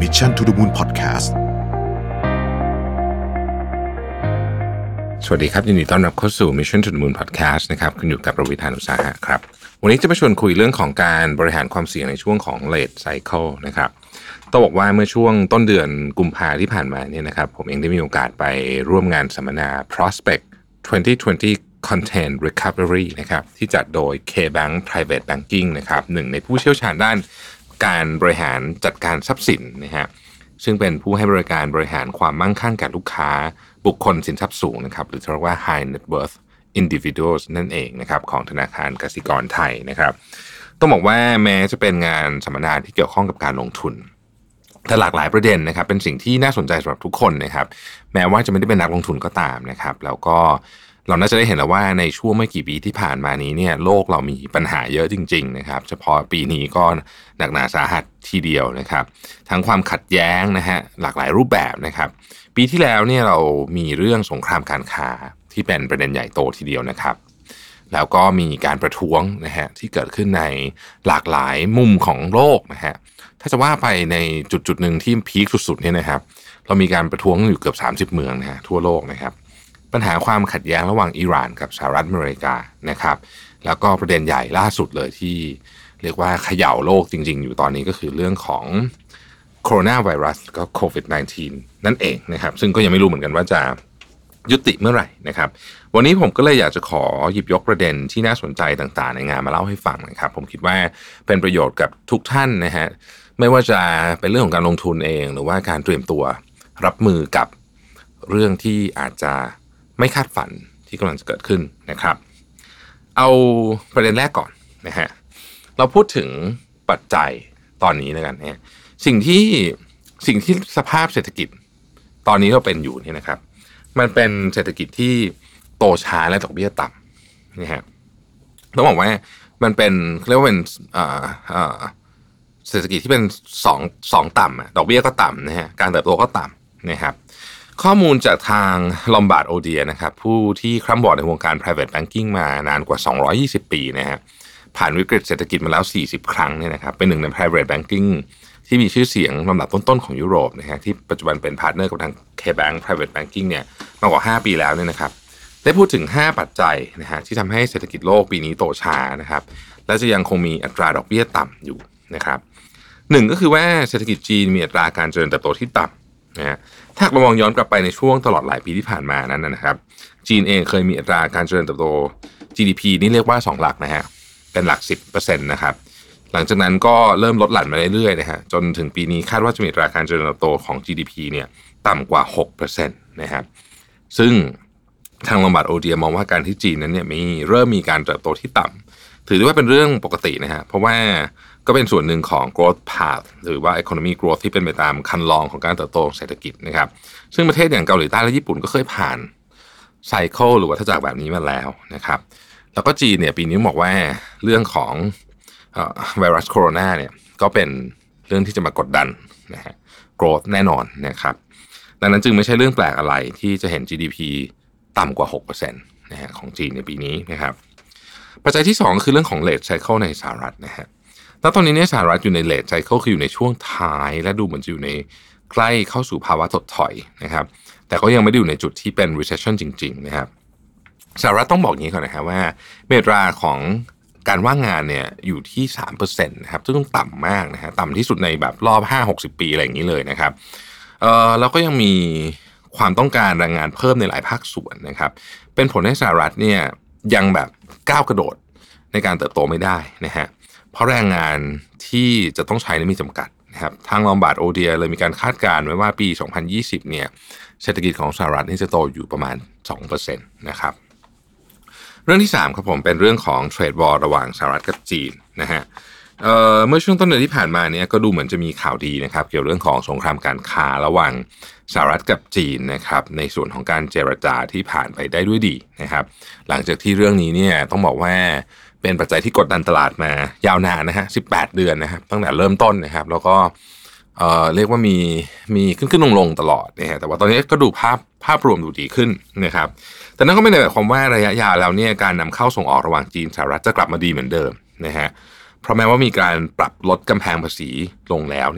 Mission to the Moon Podcast สวัสดีครับยินดีต้อนรับเข้าสู่ Mission to the Moon Podcast นะครับคุณอยู่กับประวิธานอุตสาหะครับวันนี้จะมาชวนคุยเรื่องของการบริหารความเสี่ยงในช่วงของ Late Cycle นะครับต้องบอกว่าเมื่อช่วงต้นเดือนกุมภาพันธ์ที่ผ่านมาเนี่ยนะครับผมเองได้มีโอกาสไปร่วมงานสัมมนา Prospect 2020 Content Recovery นะครับที่จัดโดย KBank Private Banking นะครับหนึ่งในผู้เชี่ยวชาญด้านการบริหารจัดการทรัพย์สินนะฮะซึ่งเป็นผู้ให้บริการบริหารความมั่งคั่งแก่ลูกค้าบุคคลสินทรัพย์สูงนะครับหรือที่เรียกว่า High Net Worth Individuals นั่นเองนะครับของธนาคารกสิกรไทยนะครับต้องบอกว่าแม้จะเป็นงานสัมมนาที่เกี่ยวข้องกับการลงทุนแต่หลากหลายประเด็นนะครับเป็นสิ่งที่น่าสนใจสำหรับทุกคนนะครับแม้ว่าจะไม่ได้เป็นนักลงทุนก็ตามนะครับแล้วก็เราน่าจะได้เห็นแล้วว่าในช่วงไม่กี่ปีที่ผ่านมานี้เนี่ยโลกเรามีปัญหาเยอะจริงๆนะครับเฉพาะปีนี้ก็หนักหนาสาหัสทีเดียวนะครับทั้งความขัดแย้งนะฮะหลากหลายรูปแบบนะครับปีที่แล้วเนี่ยเรามีเรื่องสงครามการค้าที่เป็นประเด็นใหญ่โตทีเดียวนะครับแล้วก็มีการประท้วงนะฮะที่เกิดขึ้นในหลากหลายมุมของโลกนะฮะถ้าจะว่าไปในจุดหนึ่งที่พีคสุดๆเนี่ยนะครับเรามีการประท้วงอยู่เกือบ30เมืองนะฮะทั่วโลกนะครับปัญหาความขัดแย้งระหว่างอิหร่านกับสหรัฐอเมริกานะครับแล้วก็ประเด็นใหญ่ล่าสุดเลยที่เรียกว่าเขย่าโลกจริงๆอยู่ตอนนี้ก็คือเรื่องของโคโรนาไวรัสก็โควิด -19 นั่นเองนะครับซึ่งก็ยังไม่รู้เหมือนกันว่าจะยุติเมื่อไหร่นะครับวันนี้ผมก็เลยอยากจะขอหยิบยกประเด็นที่น่าสนใจต่างๆในงานมาเล่าให้ฟังนะครับผมคิดว่าเป็นประโยชน์กับทุกท่านนะฮะไม่ว่าจะเป็นเรื่องของการลงทุนเองหรือว่าการเตรียมตัวรับมือกับเรื่องที่อาจจะไม่คาดฝันที่กำลังจะเกิดขึ้นนะครับเอาประเด็นแรกก่อนนะฮะเราพูดถึงปัจจัยตอนนี้แล้วกันนะสิ่งที่สภาพเศรษฐกิจตอนนี้เราเป็นอยู่เนี่ยนะครับมันเป็นเศรษฐกิจที่โตช้าและดอกเบี้ยต่ำนะฮะต้องบอกว่ามันเป็นเรียกว่าเป็นเศรษฐกิจที่เป็นสองต่ำดอกเบี้ยก็ต่ำนะฮะการเติบโตก็ต่ำนะครับข้อมูลจากทาง Lombard Odier นะครับผู้ที่คร่ำวอร์ดในวงการ private banking มานานกว่า220 ปีนะฮะผ่านวิกฤตเศรษฐกิจมาแล้ว40ครั้งเนี่ยนะครับเป็นหนึ่งใน private banking ที่มีชื่อเสียงลำดับต้นๆของยุโรปนะฮะที่ปัจจุบันเป็นพาร์ทเนอร์กับทาง KBank Private Banking เนี่ยมากกว่า5ปีแล้วเนี่ยนะครับได้พูดถึง5ปัจจัยนะฮะที่ทำให้เศรษฐกิจโลกปีนี้โตช้านะครับและจะยังคงมีอัตราดอกเบี้ยต่ำอยู่นะครับหนึ่งก็คือว่าเศรษฐกิจจีนมีอัตราการเจริญเติบโตที่ต่ำนะฮะถ้าเรามองย้อนกลับไปในช่วงตลอดหลายปีที่ผ่านมานั้นนะครับจีนเองเคยมีอัตราการเจริญเติบโต GDP นี่เรียกว่า2หลักนะฮะเป็นหลัก 10% นะครับหลังจากนั้นก็เริ่มลดหลั่นมาเรื่อยๆนะฮะจนถึงปีนี้คาดว่าจะมีอัตราการเจริญเติบโตของ GDP เนี่ยต่ำกว่า 6% นะครับซึ่งทางLombard Odierมองว่าการที่จีนนั้นเนี่ยเริ่มมีการเติบโตที่ต่ำถือได้ว่าเป็นเรื่องปกตินะฮะเพราะว่าก็เป็นส่วนหนึ่งของ growth path หรือว่า economy growth ที่เป็นไปตามคันลองของการเติบโตของเศรษฐกิจนะครับซึ่งประเทศอย่างเกาหลีใต้และญี่ปุ่นก็เคยผ่านไซเคิลหรือวัฏจักรแบบนี้มาแล้วนะครับแล้วก็จีนเนี่ยปีนี้บอกว่าเรื่องของไวรัสโคโรนาเนี่ยก็เป็นเรื่องที่จะมากดดันนะฮะ growth แน่นอนนะครับดังนั้นจึงไม่ใช่เรื่องแปลกอะไรที่จะเห็น GDP ต่ำกว่า 6% นะฮะของจีนในปีนี้นะครับปัจจัยที่2คือเรื่องของ late cycle ในสหรัฐนะฮะแล้วตอนนี้เนี่ยสหรัฐอยู่ใน late cycle คืออยู่ในช่วงท้ายและดูเหมือนจะอยู่ในใกล้เข้าสู่ภาวะถดถอยนะครับแต่ก็ยังไม่ได้อยู่ในจุดที่เป็น recession จริงๆนะครับสหรัฐต้องบอกอย่างนี้ก่อนนะครับว่าอัตราของการว่างงานเนี่ยอยู่ที่ 3% นะครับซึ่งต้องต่ำมากนะฮะต่ำที่สุดในแบบรอบ 5-60 ปีอะไรอย่างนี้เลยนะครับแล้วก็ยังมีความต้องการแรงงานเพิ่มในหลายภาคส่วนนะครับเป็นผลให้สหรัฐเนี่ยยังแบบก้าวกระโดดในการเติบโตไม่ได้นะฮะเพราะแรงงานที่จะต้องใช้มีจำกัดนะครับทางLombard Odierเลยมีการคาดการณ์ไว้ว่าปี 2020 เนี่ยเศรษฐกิจของสหรัฐนี่จะโตอยู่ประมาณ 2% นะครับเรื่องที่3ครับผมเป็นเรื่องของเทรดวอร์ระหว่างสหรัฐกับจีนนะฮะเมื่อช่วงต้นเดือนที่ผ่านมาเนี่ยก็ดูเหมือนจะมีข่าวดีนะครับเกี่ยวเรื่องของสงครามการค้าระหว่างสหรัฐกับจีนนะครับในส่วนของการเจรจาที่ผ่านไปได้ด้วยดีนะครับหลังจากที่เรื่องนี้เนี่ยต้องบอกว่าเป็นปัจจัยที่กดดันตลาดมายาวนานนะฮะ18 เดือนนะครับตั้งแต่เริ่มต้นนะครับแล้วก็เรียกว่ามีขึ้นลงตลอดนะฮะแต่ว่าตอนนี้ก็ดูภาพรวมดูดีขึ้นนะครับแต่นั่นก็ไม่ได้หมายความว่าระยะยาวแล้วเนี่ยการนำเข้าส่งออกระหว่างจีนสหรัฐจะกลับมาดีเหมือนเดิมนะฮะเพราะแม้ว่ามีการปรับลดกำแพงภาษีลงแล้วเนี่ย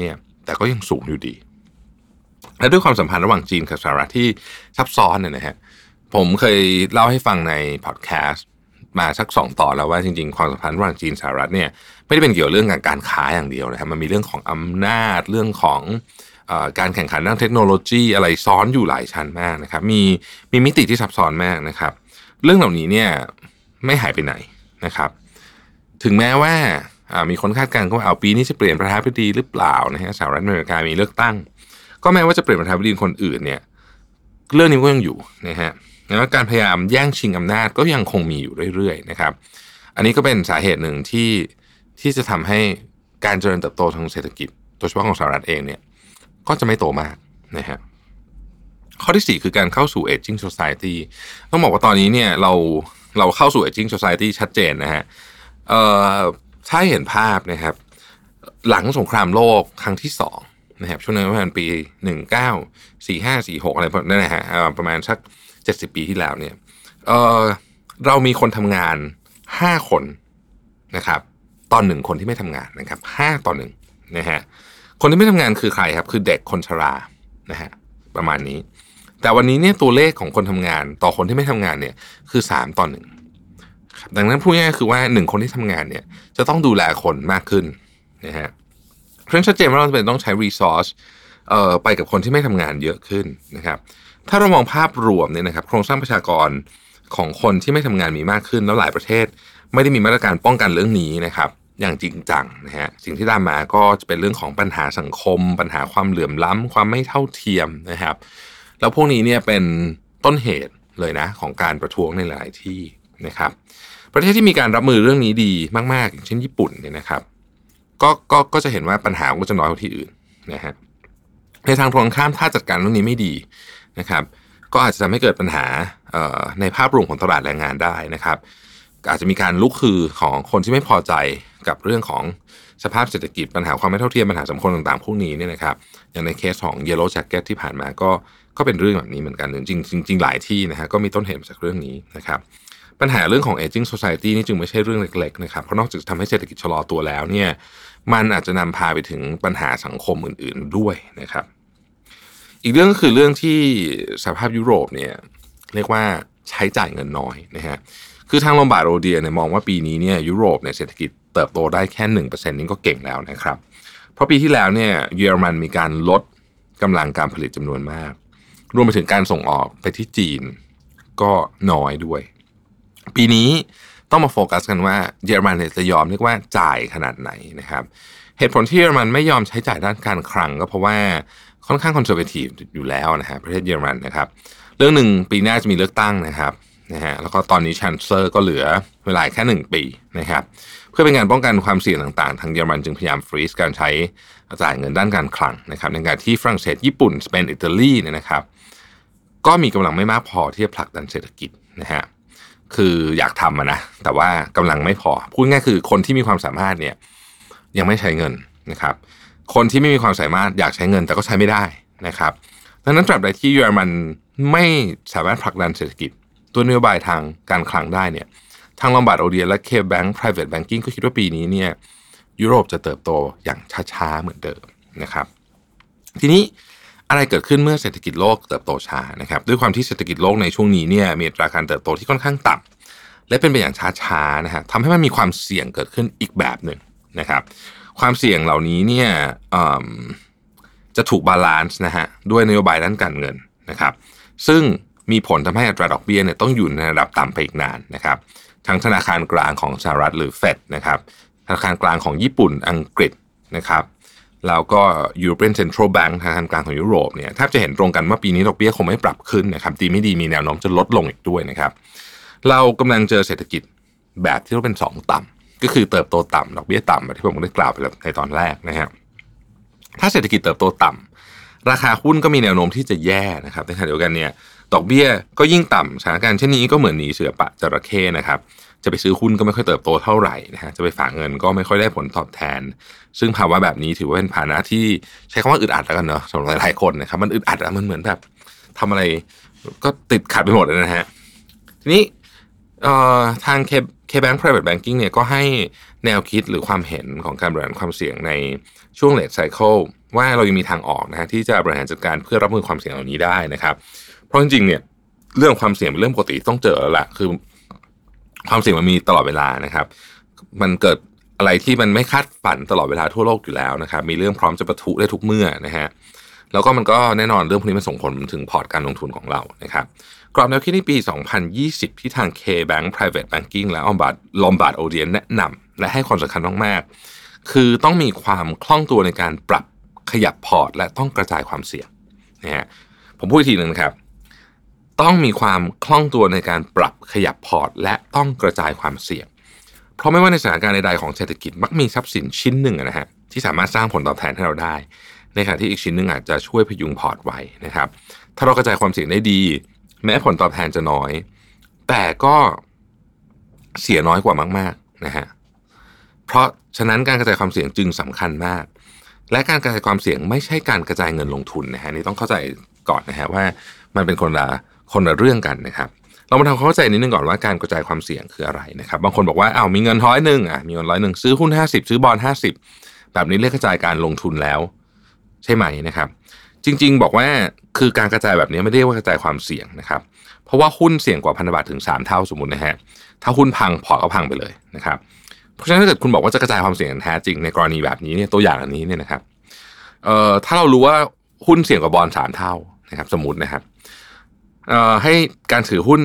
แต่ก็ยังสูงอยู่ดีและด้วยความสัมพันธ์ระหว่างจีนกับสหรัฐที่ซับซ้อนเนี่ยนะฮะผมเคยเล่าให้ฟังในพอดแคสต์มาสัก2 ตอนแล้วว่าจริงๆความสัมพันธ์ระหว่างจีนสหรัฐเนี่ยไม่ได้เป็นเกี่ยวเรื่องการค้าอย่างเดียวนะครับมันมีเรื่องของอำนาจเรื่องของการแข่งขันด้านเทคโนโลยีอะไรซ้อนอยู่หลายชั้นมากนะครับมีมิติที่ซับซ้อนมากนะครับเรื่องเหล่านี้เนี่ยไม่หายไปไหนนะครับถึงแม้ว่ามีคนคาดการณ์ว่าปีนี้จะเปลี่ยนประธานาธิบดีหรือเปล่านะฮะสหรัฐอเมริกามีเลือกตั้งก็แม้ว่าจะเปลี่ยนประธานาธิบดีคนอื่นเนี่ยเรื่องนี้ก็ยังอยู่นะฮะแล้วการพยายามแย่งชิงอำนาจก็ยังคงมีอยู่เรื่อยๆนะครับอันนี้ก็เป็นสาเหตุหนึ่งที่จะทำให้การเจริญเติบโตทางเศรษฐกิจโดยเฉพาะของสหรัฐเองเนี่ยก็จะไม่โตมากนะฮะข้อที่4คือการเข้าสู่ aging society ต้องบอกว่าตอนนี้เนี่ยเราเข้าสู่ aging society ชัดเจนนะฮะถ้าเห็นภาพนะครับหลังสงครามโลกครั้งที่2นะครับช่วงนั้นประมาณปี1945-46อะไรนั่นนะฮะประมาณสัก70 ปีที่แล้วเนี่ยเรามีคนทำงาน5 คนนะครับต่อ1 คนที่ไม่ทำงานนะครับ5 ต่อ 1นะฮะคนที่ไม่ทำงานคือใครครับคือเด็กคนชรานะฮะประมาณนี้แต่วันนี้เนี่ยตัวเลขของคนทำงานต่อคนที่ไม่ทำงานเนี่ยคือ3 ต่อ 1ดังนั้นพูดง่ายๆคือว่า1 คนที่ทำงานเนี่ยจะต้องดูแลคนมากขึ้นนะฮะเพราะฉะนั้นชัดเจนว่าเราจะต้องใช้ resource ไปกับคนที่ไม่ทำงานเยอะขึ้นนะครับถ้าเรามองภาพรวมเนี่ยนะครับโครงสร้างประชากรของคนที่ไม่ทำงานมีมากขึ้นแล้วหลายประเทศไม่ได้มีมาตรการป้องกันเรื่องนี้นะครับอย่างจริงจังนะฮะสิ่งที่ตามมาก็จะเป็นเรื่องของปัญหาสังคมปัญหาความเหลื่อมล้ำความไม่เท่าเทียมนะครับแล้วพวกนี้เนี่ยเป็นต้นเหตุเลยนะของการประท้วงในหลายที่นะครับประเทศที่มีการรับมือเรื่องนี้ดีมากๆอย่างเช่นญี่ปุ่นเนี่ยนะครับก็จะเห็นว่าปัญหาก็จะน้อยกว่าที่อื่นนะฮะในทางตรงข้ามถ้าจัดการเรื่องนี้ไม่ดีนะครับก็อาจจะทำให้เกิดปัญหาในภาพรวมของตลาดแรงงานได้นะครับอาจจะมีการลุกฮือของคนที่ไม่พอใจกับเรื่องของสภาพเศรษฐกิจปัญหาความไม่เท่าเทียมปัญหาสังคมต่างๆพวกนี้เนี่ยนะครับอย่างในเคสของ Yellow Jacket ที่ผ่านมาก็เป็นเรื่องแบบนี้เหมือนกันจริงหลายที่นะฮะก็มีต้นเหตุมาจากเรื่องนี้นะครับปัญหาเรื่องของ aging society นี่จึงไม่ใช่เรื่องเล็กๆนะครับเพราะนอกจากทำให้เศรษฐกิจชะลอตัวแล้วเนี่ยมันอาจจะนำพาไปถึงปัญหาสังคมอื่นๆด้วยนะครับอีกเรื่องก็คือเรื่องที่สหภาพยุโรปเนี่ยเรียกว่าใช้จ่ายเงินน้อยนะฮะคือทางลอมบาร์ดโอเดียเนี่ยมองว่าปีนี้เนี่ยยุโรปเนี่ยเศรษฐกิจเติบโตได้แค่ 1% นี่ก็เก่งแล้วนะครับเพราะปีที่แล้วเนี่ยเยอรมันมีการลดกำลังการผลิตจำนวนมากรวมไปถึงการส่งออกไปที่จีนก็น้อยด้วยปีนี้ต้องมาโฟกัสกันว่าเยอรมันจะยอมเรียกว่าจ่ายขนาดไหนนะครับเหตุผลที่เยอรมันไม่ยอมใช้จ่ายด้านการคลังก็เพราะว่าค่อนข้างคอนเซอร์เวทีฟอยู่แล้วนะฮะประเทศเยอรมันนะครับเรื่องหนึ่งปีหน้าจะมีเลือกตั้งนะครับนะฮะแล้วก็ตอนนี้ชันเซอร์ก็เหลือเวลาแค่1 ปีนะครับเพื่อเป็นการป้องกันความเสี่ยงต่างๆทางเยอรมันจึงพยายามฟรีซการใช้จ่ายเงินด้านการคลังนะครับในการที่ฝรั่งเศสญี่ปุ่นสเปนอิตาลีเนี่ยนะครับก็มีกำลังไม่มากพอที่จะผลักดันเศรษฐกิจนะฮะคืออยากทำนะแต่ว่ากำลังไม่พอพูดง่ายคือคนที่มีความสามารถเนี่ยยังไม่ใช้เงินนะครับคนที่ไม่มีความสามารถอยากใช้เงินแต่ก็ใช้ไม่ได้นะครับดังนั้นตราบใดที่เยอรมันไม่สามารถผลักดันเศรษฐกิจตัวนโยบายทางการคลังได้เนี่ยทางลอมบาร์ดโอเดียและเคแบงค์ private banking ก็คิดว่าปีนี้เนี่ยยุโรปจะเติบโตอย่างช้าๆเหมือนเดิมนะครับทีนี้อะไรเกิดขึ้นเมื่อเศรษฐกิจโลกเติบโตช้านะครับด้วยความที่เศรษฐกิจโลกในช่วงนี้เนี่ยมีอัตราการเติบโตที่ค่อนข้างต่ำและเป็นไปอย่างช้าๆนะฮะทำให้มันมีความเสี่ยงเกิดขึ้นอีกแบบหนึ่งนะครับความเสี่ยงเหล่านี้เนี่ยจะถูกบาลานซ์นะฮะด้วยนโยบายด้านการเงินนะครับซึ่งมีผลทำให้อัตราดอกเบี้ยเนี่ยต้องอยู่ในระดับต่ำไปอีกนานนะครับทั้งธนาคารกลางของสหรัฐหรือเฟดนะครับธนาคารกลางของญี่ปุ่นอังกฤษนะครับแล้วก็ European Central Bank ธนาคารกลางของยุโรปเนี่ยแทบจะเห็นตรงกันว่าปีนี้ดอกเบี้ยคงไม่ปรับขึ้นนะครับดีไม่ดีมีแนวโน้มจะลดลงอีกด้วยนะครับเรากำลังเจอเศรษฐกิจแบบที่เรียกเป็น2 ต่ำก็คือเติบโตต่ำดอกเบี้ยต่ำแบบที่ผมได้กล่าวไปในตอนแรกนะฮะถ้าเศรษฐกิจเติบโตต่ำราคาหุ้นก็มีแนวโน้มที่จะแย่นะครับในขณะเดียวกันเนี่ยดอกเบี้ยก็ยิ่งต่ำสถานการณ์เช่นนี้ก็เหมือนหนีเสือปะจระเข้นะครับจะไปซื้อหุ้นก็ไม่ค่อยเติบโตเท่าไหร่นะฮะจะไปฝากเงินก็ไม่ค่อยได้ผลตอบแทนซึ่งภาวะแบบนี้ถือว่าเป็นภาวะที่ใช้คำว่าอึดอัดแล้วกันเนาะสำหรับหลายๆคนนะครับมันอึดอัดอะมันเหมือนแบบทำอะไรก็ติดขัดไปหมดเลยนะฮะทีนี้ทาง KBank Private Banking เนี่ยก็ให้แนวคิดหรือความเห็นของการบริหารความเสี่ยงในช่วง late cycle ว่าเรายังมีทางออกนะฮะที่จะบริหารจัดการเพื่อรับมือความเสี่ยงเหล่านี้ได้นะครับเพราะจริงๆเนี่ยเรื่องความเสี่ยงเป็นเรื่องปกติต้องเจอแล้วล่ะคือความเสี่ยงมันมีตลอดเวลานะครับมันเกิดอะไรที่มันไม่คาดฝันตลอดเวลาทั่วโลกอยู่แล้วนะครับมีเรื่องพร้อมจะปะทุได้ทุกเมื่อนะฮะแล้วก็มันก็แน่นอนเรื่องพวกนี้มันส่งผลถึงพอร์ตการลงทุนของเรานะครับกรอบแนวคิดในปี 2020 ที่ทาง K-Bank Private Banking และ Lombard Odier แนะนำและให้ความสำคัญมากๆคือต้องมีความคล่องตัวในการปรับขยับพอร์ตและต้องกระจายความเสี่ยงนะฮะผมพูดอีกทีนึงนะครับต้องมีความคล่องตัวในการปรับขยับพอร์ตและต้องกระจายความเสี่ยงเพราะไม่ว่าในสถานการณ์ใดๆของเศรษฐกิจมักมีทรัพย์สินชิ้นหนึ่งนะฮะที่สามารถสร้างผลตอบแทนให้เราได้ในขณะที่อีกชิ้นหนึ่งอาจจะช่วยพยุงพอร์ตไว้นะครับถ้าเรากระจายความเสี่ยงได้ดีแม้ผลตอบแทนจะน้อยแต่ก็เสียน้อยกว่ามากๆนะฮะเพราะฉะนั้นการกระจายความเสี่ยงจึงสำคัญมากและการกระจายความเสี่ยงไม่ใช่การกระจายเงินลงทุนนะฮะนี่ต้องเข้าใจก่อนนะฮะว่ามันเป็นคนละเรื่องกันนะครับเรามาทำความเข้าใจนิดนึงก่อนว่าการกระจายความเสี่ยงคืออะไรนะครับบางคนบอกว่ามีเงิน100มีเงิน100ซื้อหุ้น50ซื้อบอน50แบบนี้เรียกกระจายการลงทุนแล้วใช่ไหมนะครับจริงๆบอกว่าคือการกระจายแบบนี้ไม่ได้เรียกว่ากระจายความเสี่ยงนะครับเพราะว่าหุ้นเสี่ยงกว่าพันธบัตรถึง3เท่าสมมุตินะฮะถ้าหุ้นพังพอร์ตก็พังไปเลยนะครับเพราะฉะนั้นถ้าเกิดคุณบอกว่าจะกระจายความเสี่ยงแท้จริงในกรณีแบบนี้เนี่ยตัวอย่างอันนี้เนี่ยนะครับถ้าเรารู้ว่าหุ้นเสี่ยงกว่าบอน3เท่านะครับสมมุตินะครับให้การถือหุ้น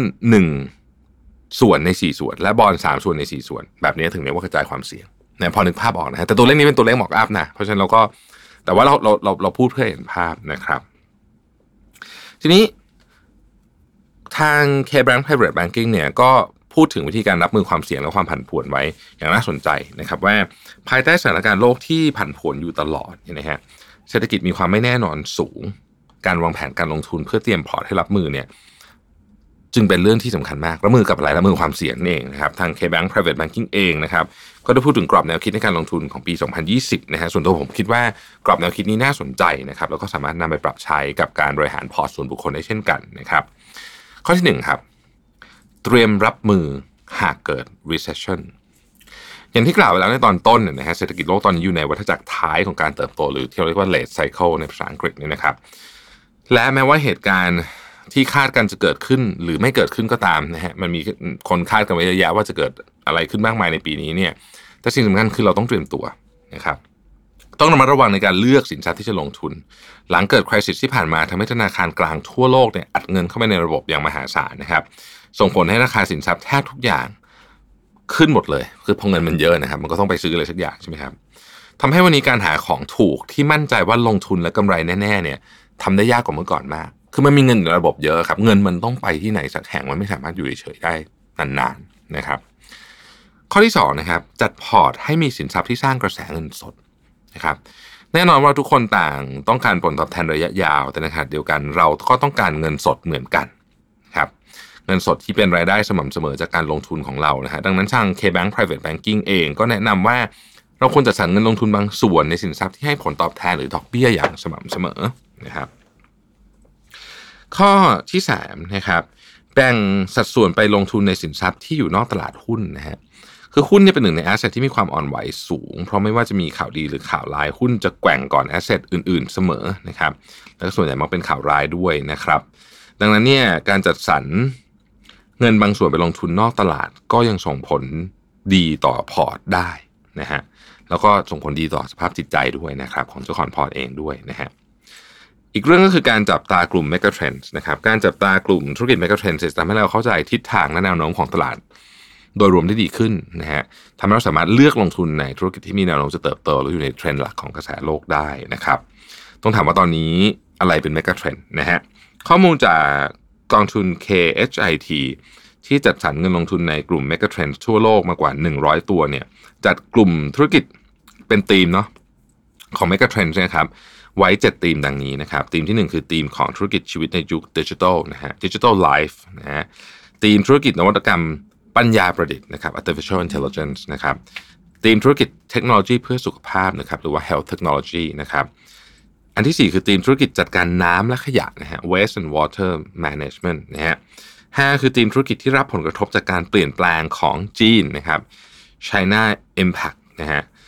1ส่วนใน4ส่วนและบอน3ส่วนใน4ส่วนแบบนี้ถึงเรียกว่ากระจายความเสี่ยงเนี่ยพอนึกภาพออกนะฮะแต่ตัวเลขนี้เป็นตัวเลขหมอกอัพนะเพราะฉะนั้นแต่ว่าเราพูดเพื่อเห็นภาพนะครับทีนี้ทาง K-Bank Private Banking เนี่ยก็พูดถึงวิธีการรับมือความเสี่ยงและความผันผวนไว้อย่างน่าสนใจนะครับว่าภายใต้สถานการณ์โลกที่ผันผวนอยู่ตลอดเนี่ยนะฮะเศรษฐกิจมีความไม่แน่นอนสูงการวางแผนการลงทุนเพื่อเตรียมพอร์ตให้รับมือเนี่ยจึงเป็นเรื่องที่สำคัญมากรับมือกับอะไรรับมือความเสี่ยงเองนะครับทาง K-Bank Private Banking เองนะครับก็ได้พูดถึงกรอบแนวคิดในการลงทุนของปี 2020 นะฮะส่วนตัวผมคิดว่ากรอบแนวคิดนี้น่าสนใจนะครับแล้วก็สามารถนำไปปรับใช้กับการบริหารพอร์ตส่วนบุคคลได้เช่นกันนะครับข้อที่1ครับเตรียมรับมือหากเกิด recession อย่างที่กล่าวไปแล้วในตอนต้นนะฮะเศรษฐกิจโลกตอนนี้อยู่ในวัฏจักรท้ายของการเติบโตหรือที่เรียกว่า late cycle ในภาษาอังกฤษนี่นะครับและแม้ว่าเหตุการณ์ที่คาดกันจะเกิดขึ้นหรือไม่เกิดขึ้นก็ตามนะฮะมันมีคนคาดกันไว้เยอะแยะว่าจะเกิดอะไรขึ้นมากมายในปีนี้เนี่ยแต่สิ่งสำคัญคือเราต้องเตรียมตัวนะครับต้องระมัดระวังในการเลือกสินทรัพย์ที่จะลงทุนหลังเกิด crisis ที่ผ่านมาทำให้ธนาคารกลางทั่วโลกเนี่ยอัดเงินเข้าไปในระบบอย่างมหาศาลนะครับส่งผลให้ราคาสินทรัพย์แทบทุกอย่างขึ้นหมดเลยคือพอเงินมันเยอะนะครับมันก็ต้องไปซื้ออะไรสักอย่างใช่ไหมครับทำให้วันนี้การหาของถูกที่มั่นใจว่าลงทุนและกำไรแน่ๆเนี่ยทำได้ยากกว่าเมื่อก่อนมากคือมันมีเงินในระบบเยอะครับเงินมันต้องไปที่ไหนสักแห่งมันไม่สามารถอยู่เฉยๆได้นานๆนะครับข้อที่2นะครับจัดพอร์ตให้มีสินทรัพย์ที่สร้างกระแสเงินสดนะครับแน่นอนว่าทุกคนต่างต้องการผลตอบแทนระยะยาวแต่ในขณะเดียวกันเราก็ต้องการเงินสดเหมือนกันครับเงินสดที่เป็นรายได้สม่ำเสมอจากการลงทุนของเรานะฮะดังนั้นทาง K-Bank Private Banking เองก็แนะนำว่าเราควรจัดสรรเงินลงทุนบางส่วนในสินทรัพย์ที่ให้ผลตอบแทนหรือดอกเบี้ยอย่างสม่ำเสมอนะครับข้อที่3นะครับแบ่งสัดส่วนไปลงทุนในสินทรัพย์ที่อยู่นอกตลาดหุ้นนะฮะคือหุ้นเนี่ยเป็นหนึ่งในแอสเซทที่มีความอ่อนไหวสูงเพราะไม่ว่าจะมีข่าวดีหรือข่าวร้ายหุ้นจะแกว่งก่อนแอสเซทอื่นๆเสมอนะครับแล้วส่วนใหญ่มักเป็นข่าวร้ายด้วยนะครับดังนั้นเนี่ยการจัดสรรเงินบางส่วนไปลงทุนนอกตลาดก็ยังส่งผลดีต่อพอร์ตได้นะฮะแล้วก็ส่งผลดีต่อสภาพจิตใจด้วยนะครับของเจ้าของพอร์ตเองด้วยนะฮะอีกเรื่องก็คือการจับตากลุ่ม Mega Trends นะครับการจับตากลุ่มธุรกิจ Mega Trends จะทำให้เราเข้าใจทิศทางและแนวโน้มของตลาดโดยรวมได้ดีขึ้นนะฮะทำให้เราสามารถเลือกลงทุนในธุรกิจที่มีแนวโน้มจะเติบโตและอยู่ในเทรนด์หลักของกระแสโลกได้นะครับต้องถามว่าตอนนี้อะไรเป็น Mega Trend นะฮะข้อมูลจากกองทุน KHIT ที่จัดสรรเงินลงทุนในกลุ่ม Mega Trends ทั่วโลกมากว่า100ตัวเนี่ยจัดกลุ่มธุรกิจเป็นธีมเนาะของ Mega Trends นะครับไว้7ธีมดังนี้นะครับธีมที่1คือธีมของธุรกิจชีวิตในยุคดิจิทัลนะฮะ Digital Life นะฮะธีมธุรกิจนวัตกรรมปัญญาประดิษฐ์นะครับ Artificial Intelligence นะครับธีมธุรกิจเทคโนโลยีเพื่อสุขภาพนะครับหรือว่า Health Technology นะครับอันที่4คือธีมธุรกิจจัดการน้ำและขยะนะฮะ Waste and Water Management นะฮะ5คือธีมธุรกิจที่รับผลกระทบจากการเปลี่ยนแปลงของจีนนะครับ China Impact นะฮะ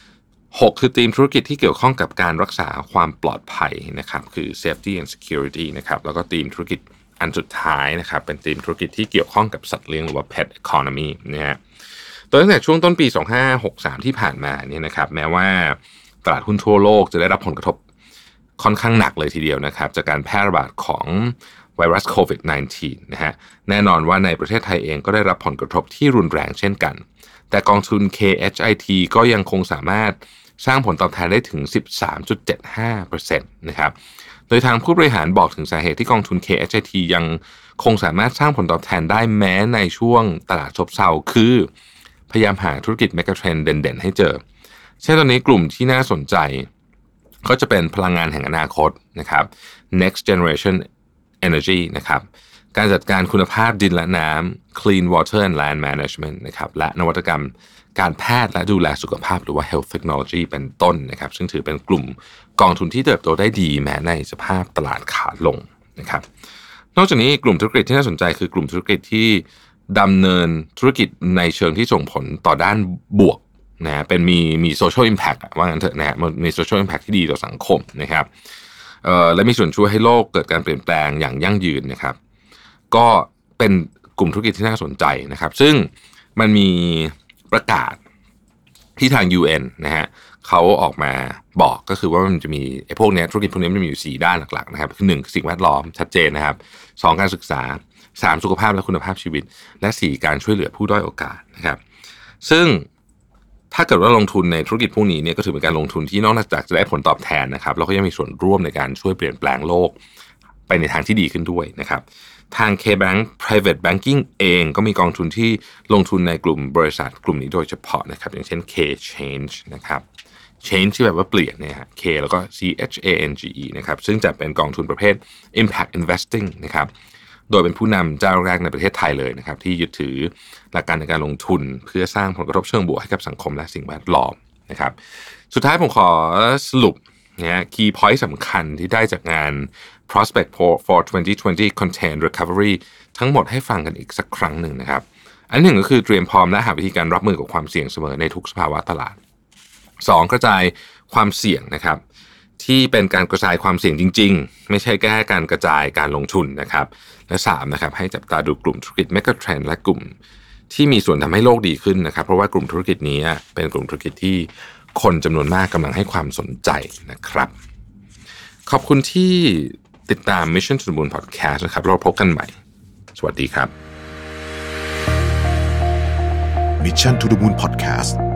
6คือธีมธุรกิจที่เกี่ยวข้องกับการรักษาความปลอดภัยนะครับคือ safety and security นะครับแล้วก็ธีมธุรกิจอันสุดท้ายนะครับเป็นธีมธุรกิจที่เกี่ยวข้องกับสัตว์เลี้ยงหรือว่า pet economy นะฮะโดยตั้งแต่ช่วงต้นปี2563ที่ผ่านมาเนี่ยนะครับแม้ว่าตลาดหุ้นทั่วโลกจะได้รับผลกระทบค่อนข้างหนักเลยทีเดียวนะครับจากการแพร่ระบาดของไวรัสโควิด -19 นะฮะแน่นอนว่าในประเทศไทยเองก็ได้รับผลกระทบที่รุนแรงเช่นกันแต่กองทุน KHIT ก็ยังคงสามารถสร้างผลตอบแทนได้ถึง 13.75% นะครับโดยทางผู้บริหารบอกถึงสาเหตุที่กองทุน KHIT ยังคงสามารถสร้างผลตอบแทนได้แม้ในช่วงตลาดซบเซาคือพยายามหาธุรกิจเมกะเทรนด์เด่นๆให้เจอเช่นตอนนี้กลุ่มที่น่าสนใจก็จะเป็นพลังงานแห่งอนาคตนะครับ Next Generation Energy นะครับการจัดการคุณภาพดินและน้ำ Clean Water and Land Management นะครับและนวัตกรรมการแพทย์และดูแลสุขภาพหรือว่า Health Technology เป็นต้นนะครับซึ่งถือเป็นกลุ่มกองทุนที่เติบโตได้ดีแม้ในสภาพตลาดขาลงนะครับนอกจากนี้กลุ่มธุรกิจที่น่าสนใจคือกลุ่มธุรกิจที่ดำเนินธุรกิจในเชิงที่ส่งผลต่อด้านบวกนะเป็นมี social impact ว่างั้นเถอะนะมี social impact ที่ดีต่อสังคมนะครับและมีส่วนช่วยให้โลกเกิดการเปลี่ยนแปลงอย่างยั่งยืนนะครับก็เป็นกลุ่มธุรกิจที่น่าสนใจนะครับซึ่งมันมีประกาศที่ทาง UN นะฮะเขาออกมาบอกก็คือว่ามันจะมีไอ้พวกนี้ธุรกิจพวกนี้มันมีอยู่4ด้านหลักๆนะครับคือ1สิ่งแวดล้อมชัดเจนนะครับ2การศึกษา3สุขภาพและคุณภาพชีวิตและ4การช่วยเหลือผู้ด้อยโอกาสนะครับซึ่งถ้าเกิดว่าลงทุนในธุรกิจพวกนี้เนี่ยก็ถือเป็นการลงทุนที่นอกจากจะได้ผลตอบแทนนะครับแล้วก็ยังมีส่วนร่วมในการช่วยเปลี่ยนแปลงโลกไปในทางที่ดีขึ้นด้วยนะครับทาง KBank Private Banking เองก็มีกองทุนที่ลงทุนในกลุ่มบริษัทกลุ่มนี้โดยเฉพาะนะครับอย่างเช่น K-Change นะครับ Change ที่แบบว่าเปลี่ยนเนี่ยฮะ K แล้วก็ CHANGE นะครับซึ่งจะเป็นกองทุนประเภท Impact Investing นะครับโดยเป็นผู้นำเจ้าแรกในประเทศไทยเลยนะครับที่ยึดถือหลักการในการลงทุนเพื่อสร้างผลกระทบเชิงบวกให้กับสังคมและสิ่งแวดล้อมนะครับสุดท้ายผมขอสรุปนะฮะ key point สำคัญที่ได้จากงาน Prospect for 2020 Content Recovery ทั้งหมดให้ฟังกันอีกสักครั้งหนึ่งนะครับอันหนึ่งก็คือเตรียมพร้อมและหาวิธีการรับมือกับความเสี่ยงเสมอในทุกสภาวะตลาด2กระจายความเสี่ยงนะครับที่เป็นการกระจายความเสี่ยงจริงๆไม่ใช่แค่การกระจายการลงทุนนะครับและ3นะครับให้จับตาดูกลุ่มธุรกิจเมกะเทรนด์และกลุ่มที่มีส่วนทำให้โลกดีขึ้นนะครับเพราะว่ากลุ่มธุรกิจนี้เป็นกลุ่มธุรกิจที่คนจำนวนมากกำลังให้ความสนใจนะครับขอบคุณที่ติดตาม Mission to the Moon Podcast นะครับเราพบกันใหม่สวัสดีครับ Mission to the Moon Podcast